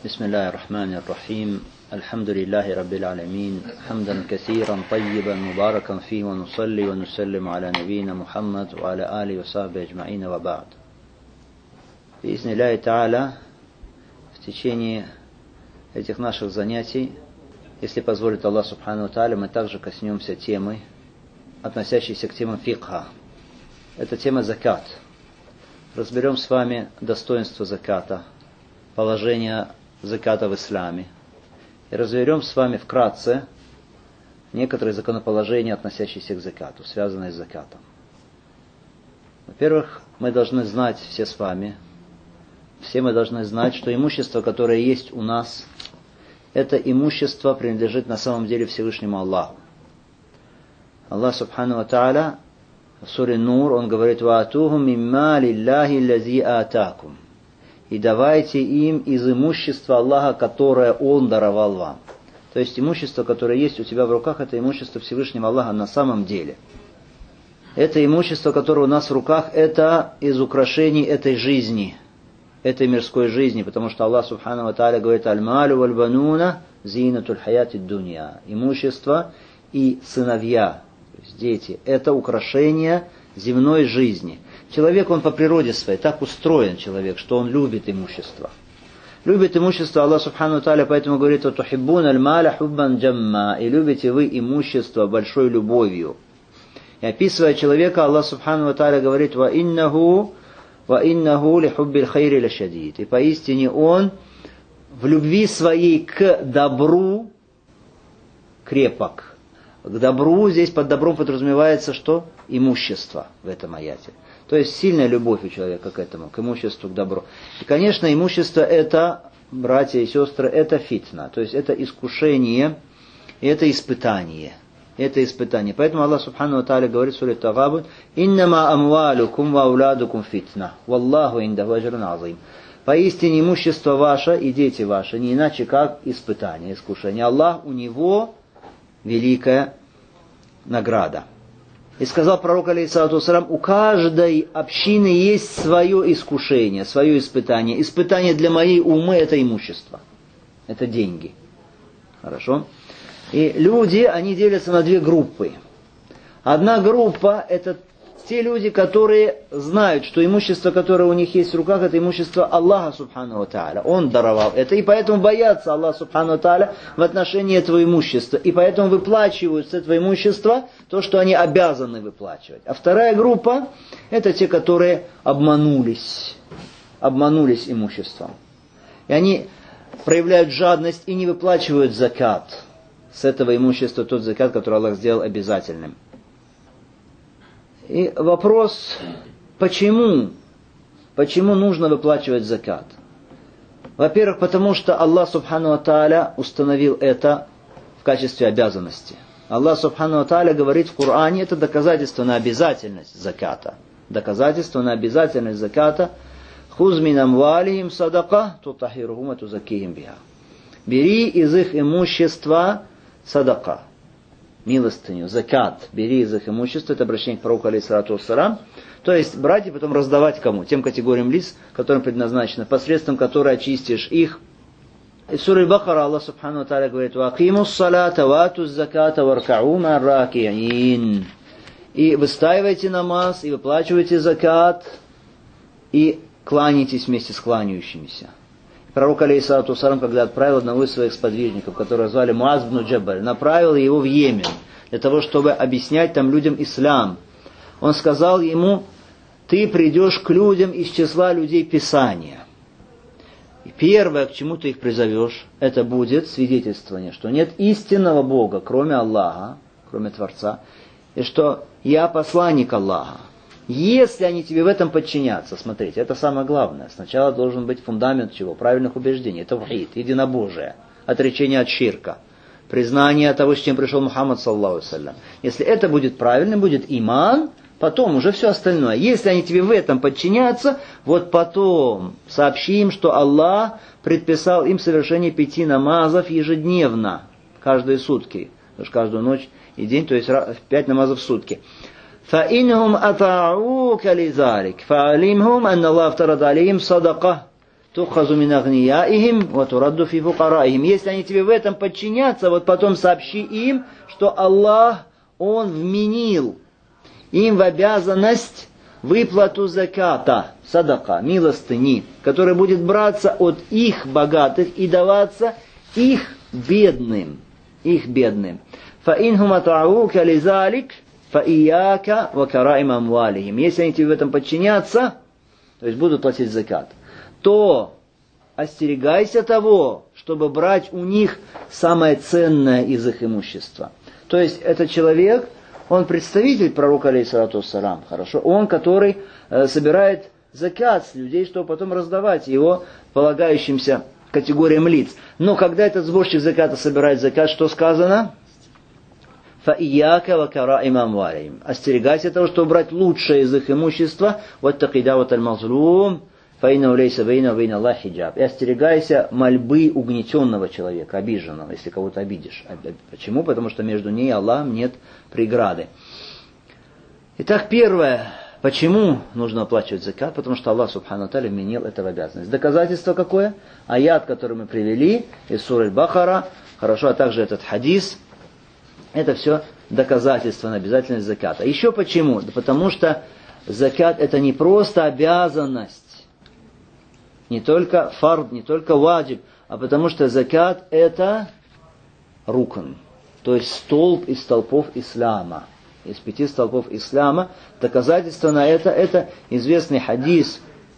بسم الله الرحمن الرحيم الحمد لله رب العالمين حمدا كثيرا طيبا مباركا فيه ونصلي ونسلم على نبينا محمد وعلى آله وصحبه أجمعين وبعد. بإذن الله تعالى в течение этих наших занятий, если позволит Аллах Субхану Тааля, мы также коснемся темы, относящейся к темам фикха. Это тема закат. Разберем с вами достоинство заката, положение заката в исламе. И разберем с вами вкратце некоторые законоположения, относящиеся к закату, связанные с закатом. Во-первых, мы должны знать все с вами, мы должны знать, что имущество, которое есть у нас, это имущество принадлежит на самом деле Всевышнему Аллаху. Аллах Субхану Ва Тааля в суре Нур, он говорит: «Ваатуху мимма лиллахи лази атакум». И давайте им из имущества Аллаха, которое Он даровал вам. То есть имущество, которое есть у тебя в руках, это имущество Всевышнего Аллаха на самом деле. Это имущество, которое у нас в руках, это из украшений этой жизни, этой мирской жизни, потому что Аллах Субхану Ва Тааля говорит: «Аль-малю валь-бануна зинатуль хаяти дунья». Имущество и сыновья, то есть дети, это украшение земной жизни. Человек, он по природе своей так устроен, человек, что он любит имущество. Любит имущество Аллах Субхану Тааля, поэтому говорит: «Тухиббун аль-маля хуббан джамма». И любите вы имущество большой любовью. И описывая человека, Аллах Субхану Тааля говорит: «Ва иннаху ли хуббиль хайри ля шадид». И поистине он в любви своей к добру крепок. К добру, здесь под добром подразумевается что? Имущество в этом аяте. То есть сильная любовь у человека к этому, к имуществу, к добру. И, конечно, имущество это, братья и сестры, это фитна. То есть это искушение, это испытание. Это испытание. Поэтому Аллах Субхану Ва Тааля говорит в суре Тагабун: «Иннама амвалукум ва ауладукум фитна, валлаху индаху аджрун азим». Поистине имущество ваше и дети ваши не иначе как испытание, искушение. Аллах, у него великая награда. И сказал пророк, алейхиссалату вассалам: у каждой общины есть свое искушение, свое испытание. Испытание для моей уммы — это имущество, это деньги. Хорошо? И люди, они делятся на две группы. Одна группа — это те люди, которые знают, что имущество, которое у них есть в руках, это имущество Аллаха Субхану Ва Тааля. Он даровал это, и поэтому боятся Аллаха Субхану Ва Тааля в отношении этого имущества. И поэтому выплачивают с этого имущества то, что они обязаны выплачивать. А вторая группа — это те, которые обманулись имуществом. И они проявляют жадность и не выплачивают закат с этого имущества, тот закат, который Аллах сделал обязательным. И вопрос, почему нужно выплачивать закат? Во-первых, потому что Аллах Субхану Ва Тааля установил это в качестве обязанности. Аллах Субхану Ва Тааля говорит в Коране, это доказательство на обязательность заката. Доказательство на обязательность заката. «Хуз мин амвалихим садака тутахирухум ва тузаккихим биха». Бери из их имущества садака, милостыню, закат, бери из их имущества, это обращение к пророку, алейхиссалату вассалам. То есть брать и потом раздавать кому? Тем категориям лиц, которым предназначено, посредством которой очистишь их. И в суре Бакара Аллах Субхану Ва Тааля говорит: «Вакимус салата ватуз заката варкау мар ракиин». И выстаивайте намаз, и выплачивайте закат, и кланяйтесь вместе с кланяющимися. Пророк, алейхиссалату вассалам, когда отправил одного из своих сподвижников, которого звали Муаз бн Джабаль, направил его в Йемен, для того, чтобы объяснять там людям ислам. Он сказал ему: ты придешь к людям из числа людей Писания. И первое, к чему ты их призовешь, это будет свидетельствование, что нет истинного Бога, кроме Аллаха, кроме Творца, и что я посланник Аллаха. Если они тебе в этом подчинятся, смотрите, это самое главное. Сначала должен быть фундамент чего? Правильных убеждений. Тавхид, единобожие, отречение от ширка, признание того, с чем пришел Мухаммад, саллаллаху алейхи ва саллям. Если это будет правильным, будет иман, потом уже все остальное. Если они тебе в этом подчинятся, вот потом сообщи им, что Аллах предписал им совершение 5 намазов ежедневно, каждые сутки, то есть каждую ночь и день, то есть 5 намазов в сутки. فَإِنْهُمْ أَطَاعُوكَ لِذَلِكَ فَعَلِمْهُمْ أَنَّ اللَّهَ افْتَرَضَ عَلَيْهِمْ صَدَقَةً тухазу мин агнияихим ва турадду фи фукараихим. Если они тебе в этом подчинятся, вот потом сообщи им, что Аллах, Он вменил им в обязанность выплату заката, садака, милостыни, которая будет браться от их богатых и даваться их бедным. Их бедным. فَإِنْهُمْ أَطَعُوكَ لِذَلِكَ فَإِيَّاكَ وَكَرَائِمَ أَمْوَالِهِمْ. Если они тебе в этом подчинятся, то есть будут платить закат, то остерегайся того, чтобы брать у них самое ценное из их имущества. То есть этот человек, он представитель пророка, алейхиссалату вассалам, хорошо, он, который собирает закат с людей, чтобы потом раздавать его полагающимся категориям лиц. Но когда этот сборщик заката собирает закат, что сказано? فَإِيَّاكَ وَكَرَائِمَ أَمْوَالِهِمْ. Остерегайся того, чтобы брать лучшее из их имущества. وَاتَّقِ دَعْوَةَ الْمَظْلُومِ فَإِنَّهُ لَيْسَ بَيْنَهُ وَبَيْنَ اللَّهِ حِجَابٌ. И остерегайся мольбы угнетенного человека, обиженного, если кого-то обидишь. Почему? Потому что между ней и Аллахом нет преграды. Итак, первое. Почему нужно оплачивать закат? Потому что Аллах Субхану Тааля вменил это в обязанность. Доказательство какое? Аят, который мы привели из суры Аль-Бакара, хорошо, а также этот хадис. Это все доказательство на обязательность заката. Еще почему? Да потому что закат это не просто обязанность, не только фард, не только ваджиб, а потому что закат это рукн, то есть столб из столпов ислама. Из 5 столпов ислама. Доказательство на это известный хадис,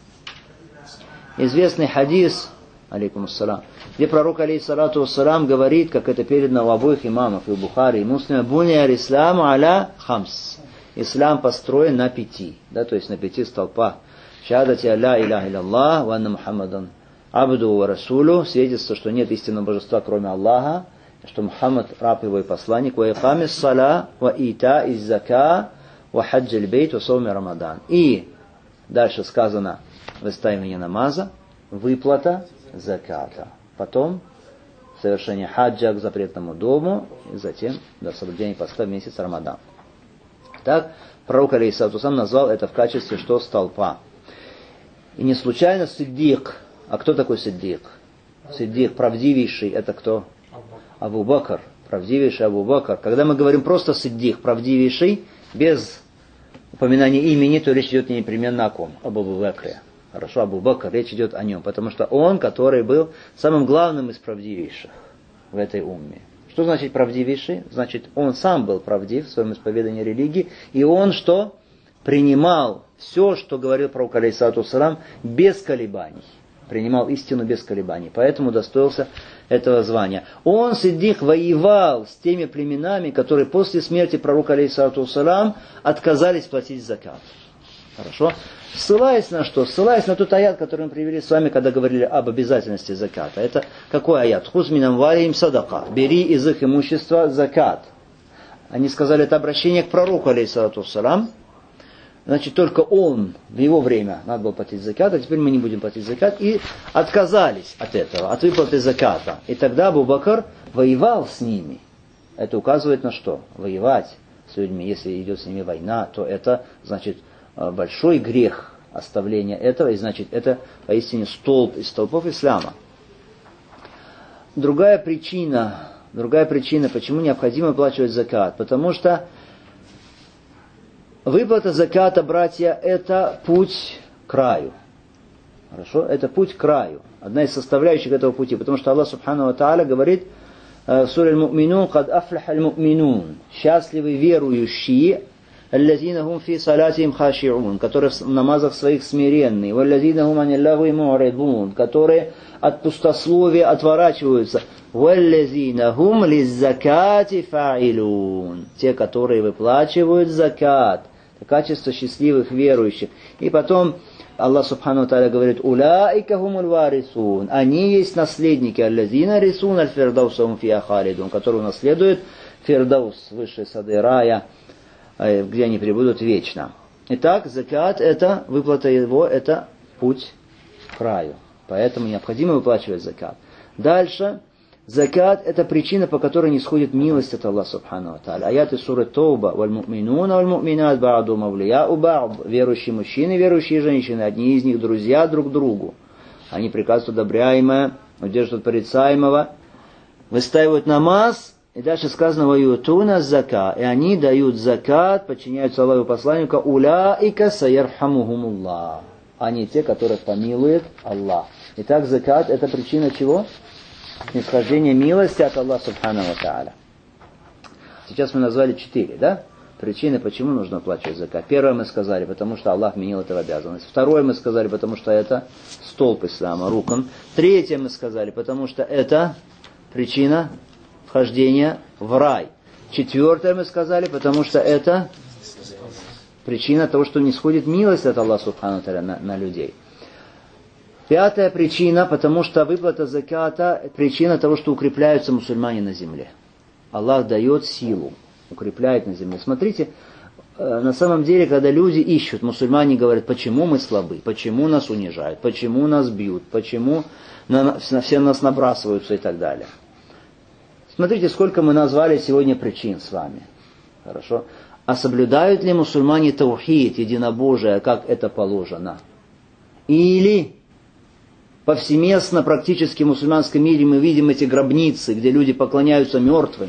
алейкум ассалам, где пророк, алейхиссалату вассалам, говорит, как это передано у обоих имамов, и у Бухари, и Муслима, буния аль-исламу аля хамс. Ислам построен на 5, да, то есть на 5 столпах. Шахадати ля иляха илляллах, ва анна Мухаммадан абду ва расулю, свидетельство, что нет истинного божества, кроме Аллаха, что Мухаммад раб его и посланник, ва икамис сала, ва ита из зака, ва хаджи бейт, ва сауми рамадан. И дальше сказано выставление намаза, выплата заката. Потом совершение хаджа к запретному дому, и затем до соблюдения поста в месяц Рамадан. Так, пророк алейхиссалату вассалам назвал это в качестве что? Столпа. И не случайно Сиддик. А кто такой Сиддик? Сиддик, правдивейший, это кто? Абу Бакр. Правдивейший Абу Бакр. Когда мы говорим просто Сиддик, правдивейший, без упоминания имени, то речь идет не непременно о ком? Об Абу Бакре. Хорошо, Абу Бакр, речь идет о нем, потому что он, который был самым главным из правдивейших в этой умме. Что значит правдивейший? Значит, он сам был правдив в своем исповедании религии, и он что? Принимал все, что говорил пророк, алейхиссалату вассалам, без колебаний. Принимал истину без колебаний, поэтому достоился этого звания. Он, Сиддик, воевал с теми племенами, которые после смерти пророка, алейхиссалату вассалам, отказались платить закат. Хорошо? Ссылаясь на что? Ссылаясь на тот аят, который мы привели с вами, когда говорили об обязательности заката. Это какой аят? «Хуз мин амвалихим садака». Бери из их имущества закат. Они сказали, это обращение к пророку, алейхиссалату вассалам. Значит, только он, в его время, надо было платить закат, а теперь мы не будем платить закат. И отказались от этого, от выплаты заката. И тогда Абу Бакр воевал с ними. Это указывает на что? Воевать с людьми. Если идет с ними война, то это, значит, большой грех оставления этого, и значит, это поистине столб из столпов ислама. Другая причина, почему необходимо выплачивать закат, потому что выплата заката, братья, это путь к раю. Хорошо? Это путь к раю. Одна из составляющих этого пути, потому что Аллах Субхану ва Тааля говорит в суре Аль-Му'минун, «Кад афляха аль-му'минун», счастливы верующие, الذين هم في صلاتهم خاشعون, которые в намазах своих смиренные, والذين هم عن اللغو معرضون, которые от пустословия отворачиваются, والذين هم للزكاة فاعلون, те, которые выплачивают закат, это качество счастливых верующих. И потом Аллах Субхану ва Тааля говорит, «Улаика хумуль варисун», они есть наследники, «Аллазина рисун аль-фирдаусахум фиа халидун», которые наследуют фирдаус, высшие сады рая, где они пребудут вечно. Итак, закат, это выплата его, это путь к раю. Поэтому необходимо выплачивать закат. Дальше, закат это причина, по которой не сходит милость от Аллаха Субхану ва Тааля. Аяты суры Тауба, «Валь-му'минуна валь-му'минат ба'дум авлия'у ба'д». Верующие мужчины, верующие женщины, одни из них друзья друг другу. они приказывают одобряемое, удерживают порицаемого, выстаивают намаз, и дальше сказано «Ваютуна зака», и они дают закат, подчиняются Аллаху и посланнику, «Уляика саярхамухумуллах». Они те, которых помилует Аллах. Итак, закат – это причина чего? Снисхождения милости от Аллаха Субхану ва Тааля. Сейчас мы назвали 4, да? Причины, почему нужно оплачивать закат. Первое мы сказали, потому что Аллах вменил это в обязанность. Второе мы сказали, потому что это столб ислама, рукан. Третье мы сказали, потому что это причина вхождения в рай. Четвертое мы сказали, потому что это причина того, что не сходит милость от Аллаха Субхану ва Тааля на людей. Пятая причина, потому что выплата заката – причина того, что укрепляются мусульмане на земле. Аллах дает силу, укрепляет на земле. Смотрите, на самом деле, когда люди ищут, мусульмане говорят, почему мы слабы, почему нас унижают, почему нас бьют, почему на все нас набрасываются и так далее. Смотрите, сколько мы назвали сегодня причин с вами. Хорошо? А соблюдают ли мусульмане таухид, единобожие, как это положено? Или повсеместно, практически в мусульманском мире мы видим эти гробницы, где люди поклоняются мертвым.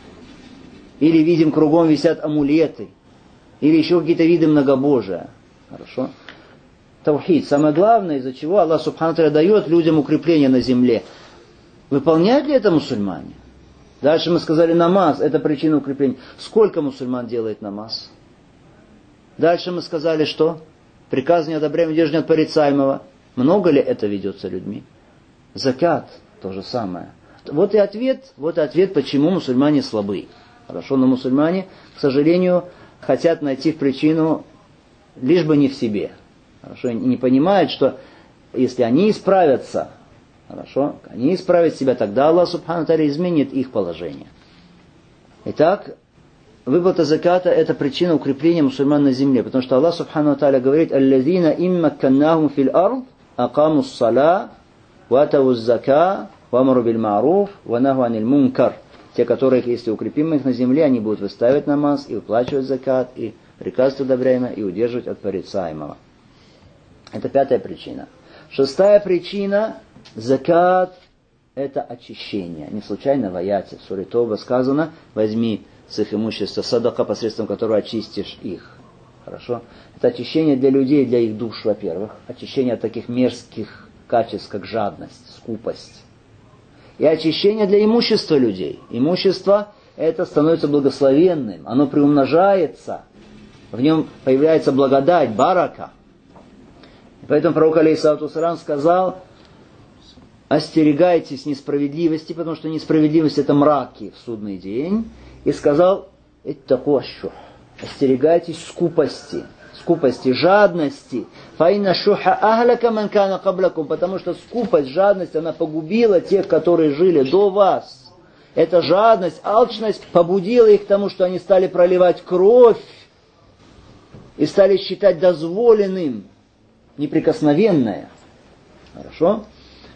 Или видим, кругом висят амулеты. Или еще какие-то виды многобожия. Хорошо? Таухид. Самое главное, из-за чего Аллах Субхану ва Тааля дает людям укрепление на земле. Выполняют ли это мусульмане? Дальше мы сказали намаз. Это причина укрепления. Сколько мусульман делает намаз? Дальше мы сказали, что? Приказ не одобряем, удерживаем от порицаемого. Много ли это ведется людьми? Закат. То же самое. Вот и ответ, почему мусульмане слабы. Хорошо, но мусульмане, к сожалению, хотят найти причину, лишь бы не в себе. Хорошо, и не понимают, что если они исправятся, хорошо, они исправят себя, тогда Аллах Субхану ва Тааля изменит их положение. Итак, выплата заката – это причина укрепления мусульман на земле, потому что Аллах Субхану ва Тааля говорит: «Аллазина иммакканнахум фил ард, акаму ссала, ватаву зака, вамару биль ма'руф, ванаху аниль мункар». Те, которые, если укрепим их на земле, они будут выставить намаз и выплачивать закат, и приказывать одобряемое, и удерживать от порицаемого. Это пятая причина. Шестая причина – закат – это очищение. Не случайно в аяте в суре Тоба сказано: возьми с их имущества садака, посредством которого очистишь их. Хорошо? Это очищение для людей, для их душ, во-первых. Очищение от таких мерзких качеств, как жадность, скупость. И очищение для имущества людей. Имущество это становится благословенным, оно приумножается, в нем появляется благодать, барака. И поэтому пророк алейхиссалату вассалям сказал: остерегайтесь несправедливости, потому что несправедливость это мраки в судный день. И сказал: иттакуашшух, остерегайтесь скупости, жадности. Фаинна шуха ахляка ман кана каблакум, потому что скупость, жадность, она погубила тех, которые жили до вас. Эта жадность, алчность побудила их к тому, что они стали проливать кровь и стали считать дозволенным неприкосновенное. Хорошо?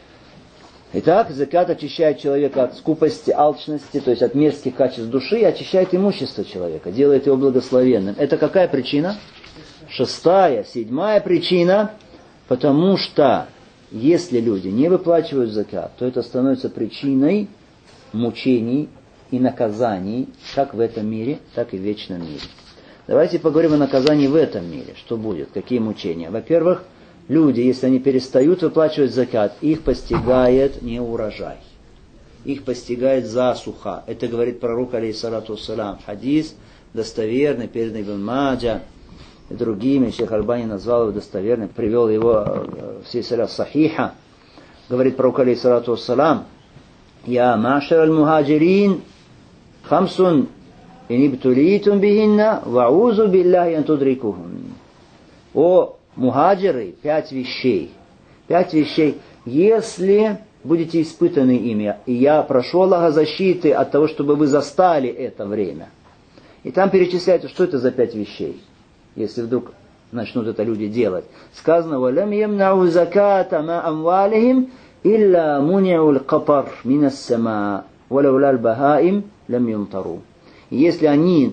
Итак, закат очищает человека от скупости, алчности, то есть от мерзких качеств души, и очищает имущество человека, делает его благословенным. Это какая причина? Шестая, седьмая причина, потому что если люди не выплачивают закат, то это становится причиной мучений и наказаний, как в этом мире, так и в вечном мире. Давайте поговорим о наказании в этом мире. Что будет? Какие мучения? Во-первых, люди, если они перестают выплачивать закат, их постигает неурожай. Их постигает засуха. Это говорит пророк алейхиссалату вассалям. Хадис достоверный, переданный Ибн Маджа и другими. Шейх Альбани назвал его достоверным, привел его в силсила сахиха. Говорит пророк алейхиссалату вассалям: «Я машар аль-мухаджирин хамсун инибтулитум бихинна ваузу биллахи ан тудрикухум». О мухаджиры, 5 вещей. 5 вещей. Если будете испытаны ими, и я прошу Аллаха защиты от того, чтобы вы застали это время. И там перечисляется, что это за 5 вещей, если вдруг начнут это люди делать. Сказано: «Валям ямнау заката ма амвалихим илля муниул капар минас сама валаулал бахаим лям юмтару». Если они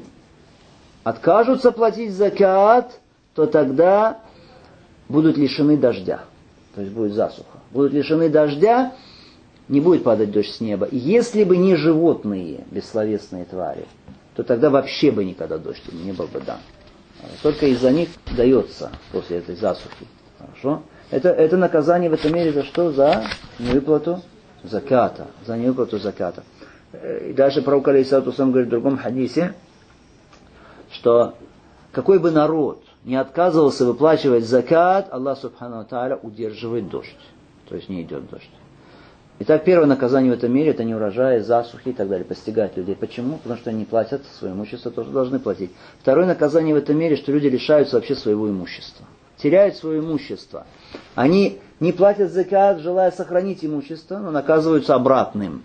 откажутся платить закат, то тогда будут лишены дождя. То есть будет засуха. Будут лишены дождя, не будет падать дождь с неба. И если бы не животные, бессловесные твари, то тогда вообще бы никогда дождь не был бы дан. Только из-за них дается после этой засухи. Хорошо? Это наказание в этом мире за что? За невыплату заката. За невыплату заката. И дальше пророк алейхиссалату вассалям говорит в другом хадисе, что какой бы народ не отказывался выплачивать закат, Аллах субхану ва тааля удерживает дождь. То есть не идет дождь. Итак, первое наказание в этом мире — это неурожаи, засухи и так далее, постигать людей. Почему? Потому что они не платят свое имущество, тоже должны платить. Второе наказание в этом мире, что люди лишаются вообще своего имущества. Теряют свое имущество. Они не платят закат, желая сохранить имущество, но наказываются обратным.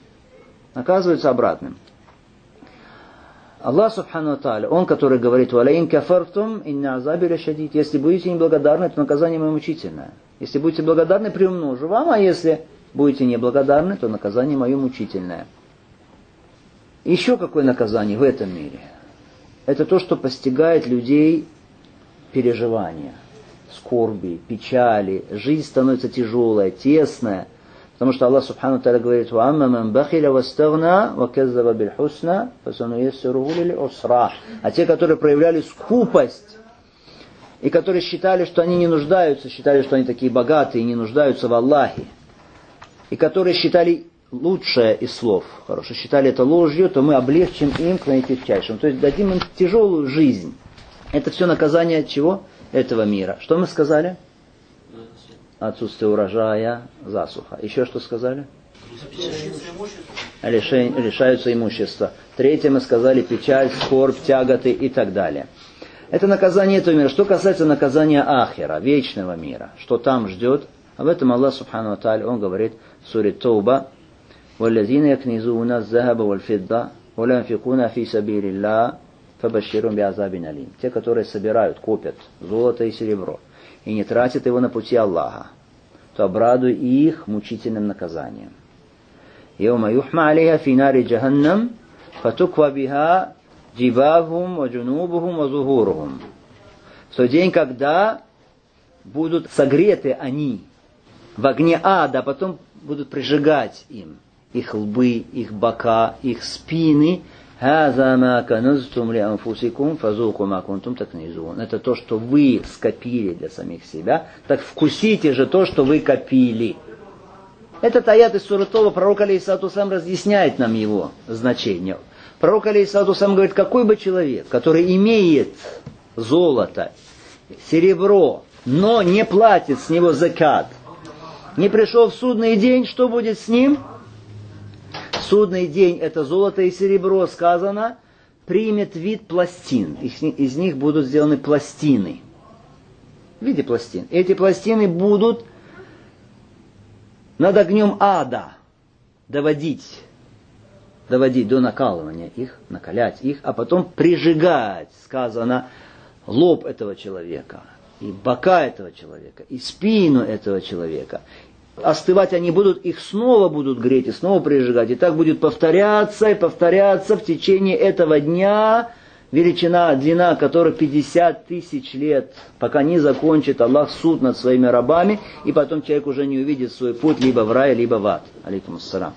Аллах субхану ва тааля, Он, который говорит: «Валаин кафартум инна азаби лашадид». Если будете неблагодарны, то наказание мое мучительное. Если будете благодарны, приумножу вам, а если будете неблагодарны, то наказание мое мучительное. Еще какое наказание в этом мире? Это то, что постигает людей переживания, скорби, печали. Жизнь становится тяжелая, тесная. Потому что Аллах субхану ва тааля говорит: «Ваамма ман бахиля вастагна ваказзаба бильхусна фасануяссируху лил'усра». А те, которые проявляли скупость, и которые считали, что они не нуждаются, считали, что они такие богатые и не нуждаются в Аллахе, и которые считали лучшее из слов, хорошо, считали это ложью, то мы облегчим им к наитягчайшим. То есть дадим им тяжелую жизнь. Это все наказание чего? Этого мира. Что мы сказали? Отсутствие урожая, засуха. Еще что сказали? Лишаются имущества. Третье мы сказали: печаль, скорбь, тяготы и так далее. Это наказание этого мира. Что касается наказания ахира, вечного мира, что там ждет, об этом Аллах субхану ва тааля, Он говорит в суре Тауба: «Валлазина якнизуна az-захаба валь-фидда ва ла юнфикуна фи сабилиллах фабашширхум би'азабин алим». Те, которые собирают, копят золото и серебро и не тратят его на пути Аллаха, то обрадуй их мучительным наказанием. «Йома юхма алейха фи нари джаханнам фатуква биха джибахум ва джунубухум ва зухурухум». В тот день, когда будут согреты они в огне ада, а потом будут прижигать им их лбы, их бока, их спины. «Хаза ма каназтум ли анфусикум фазуку ма кунтум такнизун». Это то, что вы скопили для самих себя, так вкусите же то, что вы копили. Этот аят из суры Тауба, пророк алейхиссалату вассалям разъясняет нам его значение. Пророк алейхиссалату вассалям говорит: какой бы человек, который имеет золото, серебро, но не платит с него закат, не пришел в судный день, что будет с ним? Судный день — это золото и серебро, сказано, примет вид пластин. Из них будут сделаны пластины. В виде пластин. Эти пластины будут над огнем ада доводить до накалывания их, накалять их, а потом прижигать, сказано, лоб этого человека, и бока этого человека, и спину этого человека. Остывать они будут, их снова будут греть и снова прижигать. И так будет повторяться и повторяться в течение этого дня, величина, длина которой 50 тысяч лет, пока не закончит Аллах суд над своими рабами, и потом человек уже не увидит свой путь либо в рай, либо в ад. Алейкум ассалам.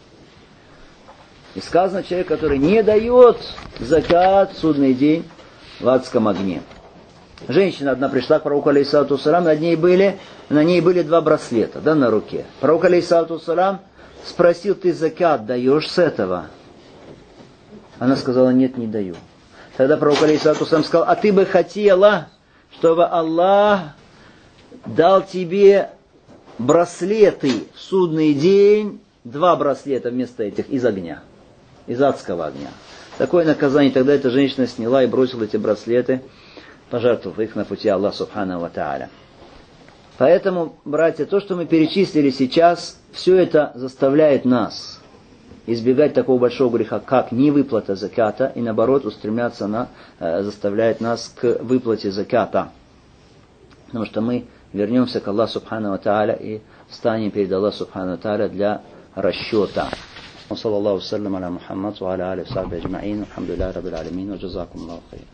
И сказано: человек, который не дает закат в судный день в адском огне. Женщина одна пришла к пророку алейхиссалату вассалам, на ней были 2 браслета, да, на руке. Пророк алейхиссалату вассалам спросил: ты закат даешь с этого? Она сказала: нет, не даю. Тогда пророк алейхиссалату вассалам сказал: а ты бы хотела, чтобы Аллах дал тебе браслеты в судный день, 2 браслета вместо этих из огня, из адского огня. Такое наказание. Тогда эта женщина сняла и бросила эти браслеты, пожертвовав их на пути Аллаха субхану ва тааля. Поэтому, братья, то, что мы перечислили сейчас, все это заставляет нас избегать такого большого греха, как невыплата заката, и наоборот заставляет нас к выплате заката. Потому что мы вернемся к Аллаху субхану ва тааля и встанем перед Аллахом субхану ва тааля для расчета. وصلى الله وسلم على محمد وعلى آله وصحبه أجمعين والحمد لله رب العالمين وجزاكم الله خيرا.